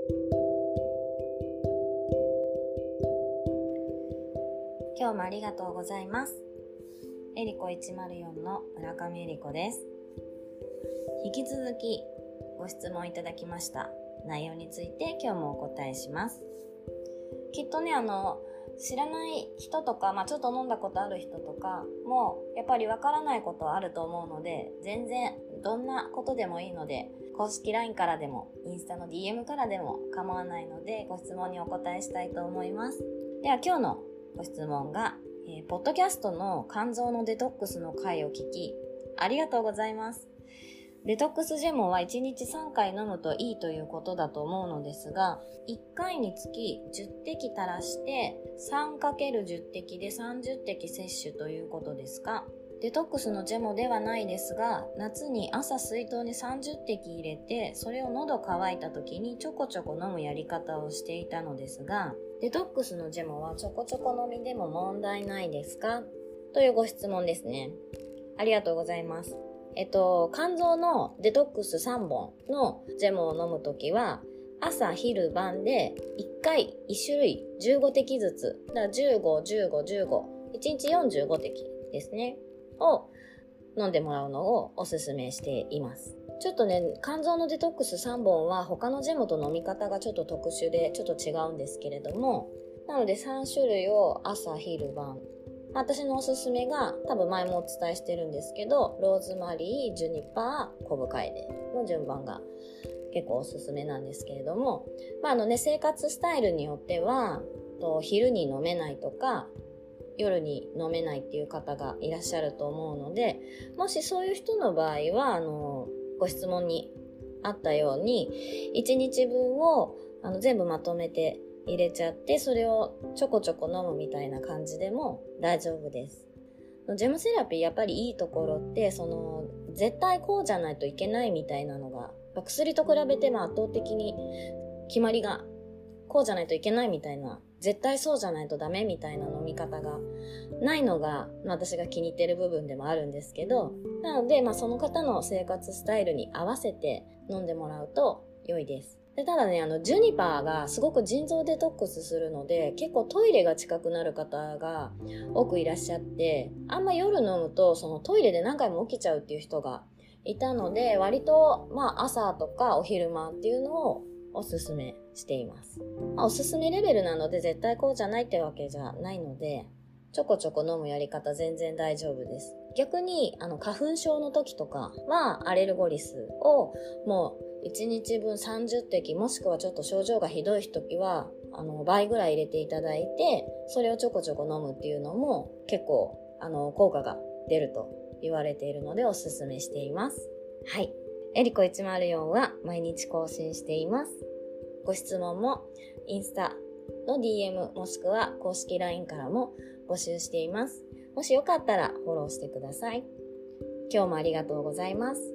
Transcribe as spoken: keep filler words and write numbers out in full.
今日もありがとうございます。えりこいちまるよんの村上えりこです。引き続きご質問いただきました内容について今日もお答えします。きっとね、あの知らない人とか、まあ、ちょっと飲んだことある人とかもやっぱりわからないことはあると思うので、全然どんなことでもいいので、公式 ライン からでもインスタの ディーエム からでも構わないので、ご質問にお答えしたいと思います。では今日のご質問が、えー、ポッドキャストの肝臓のデトックスの回を聞きありがとうございます。デトックスジェモはいちにちさんかい飲むといいということだと思うのですが、いっかいにつきじゅってき垂らして さんかけるじゅってきでさんじゅってき摂取ということですか？デトックスのジェモではないですが、夏に朝水筒にさんじゅってき入れて、それを喉乾いた時にちょこちょこ飲むやり方をしていたのですが、デトックスのジェモはちょこちょこ飲みでも問題ないですか？というご質問ですね。ありがとうございます。えっと、肝臓のデトックスさんぼんのジェモを飲むときは、朝、昼、晩でいっかいいっしゅるいじゅうごてきずつ、だからじゅうご、じゅうご、じゅうご、いちにちよんじゅうごてきですね、を飲んでもらうのをおすすめしています。ちょっとね、肝臓のデトックスさんぼんは他のジェモと飲み方がちょっと特殊でちょっと違うんですけれども、なのでさんしゅるいを朝、昼、晩、私のおすすめが多分前もお伝えしてるんですけど、ローズマリー、ジュニパー、コブカエデの順番が結構おすすめなんですけれども、まああのね、生活スタイルによってはと昼に飲めないとか夜に飲めないっていう方がいらっしゃると思うので、もしそういう人の場合はあのご質問にあったようにいちにちぶんをあの全部まとめて入れちゃって、それをちょこちょこ飲むみたいな感じでも大丈夫です。ジェムセラピーやっぱりいいところって、その絶対こうじゃないといけないみたいなのが薬と比べてまあ圧倒的に決まりがこうじゃないといけないみたいな、絶対そうじゃないとダメみたいな飲み方がないのが、まあ、私が気に入ってる部分でもあるんですけど、なので、まあ、その方の生活スタイルに合わせて飲んでもらうと良いです。でただね、あのジュニパーがすごく腎臓デトックスするので、結構トイレが近くなる方が多くいらっしゃって、あんま夜飲むとそのトイレで何回も起きちゃうっていう人がいたので、割とまあ朝とかお昼間っていうのをおすすめしています。まあ、おすすめレベルなので絶対こうじゃないってわけじゃないので、ちょこちょこ飲むやり方全然大丈夫です。逆にあの花粉症の時とかはアレルゴリスをもういちにちぶんさんじゅってき、もしくはちょっと症状がひどい時はあの倍ぐらい入れていただいて、それをちょこちょこ飲むっていうのも結構あの効果が出ると言われているのでおすすめしています。はい、えりこいちまるよんは毎日更新しています。ご質問もインスタの ディーエム もしくは公式 ライン からも募集しています。もしよかったらフォローしてください。今日もありがとうございます。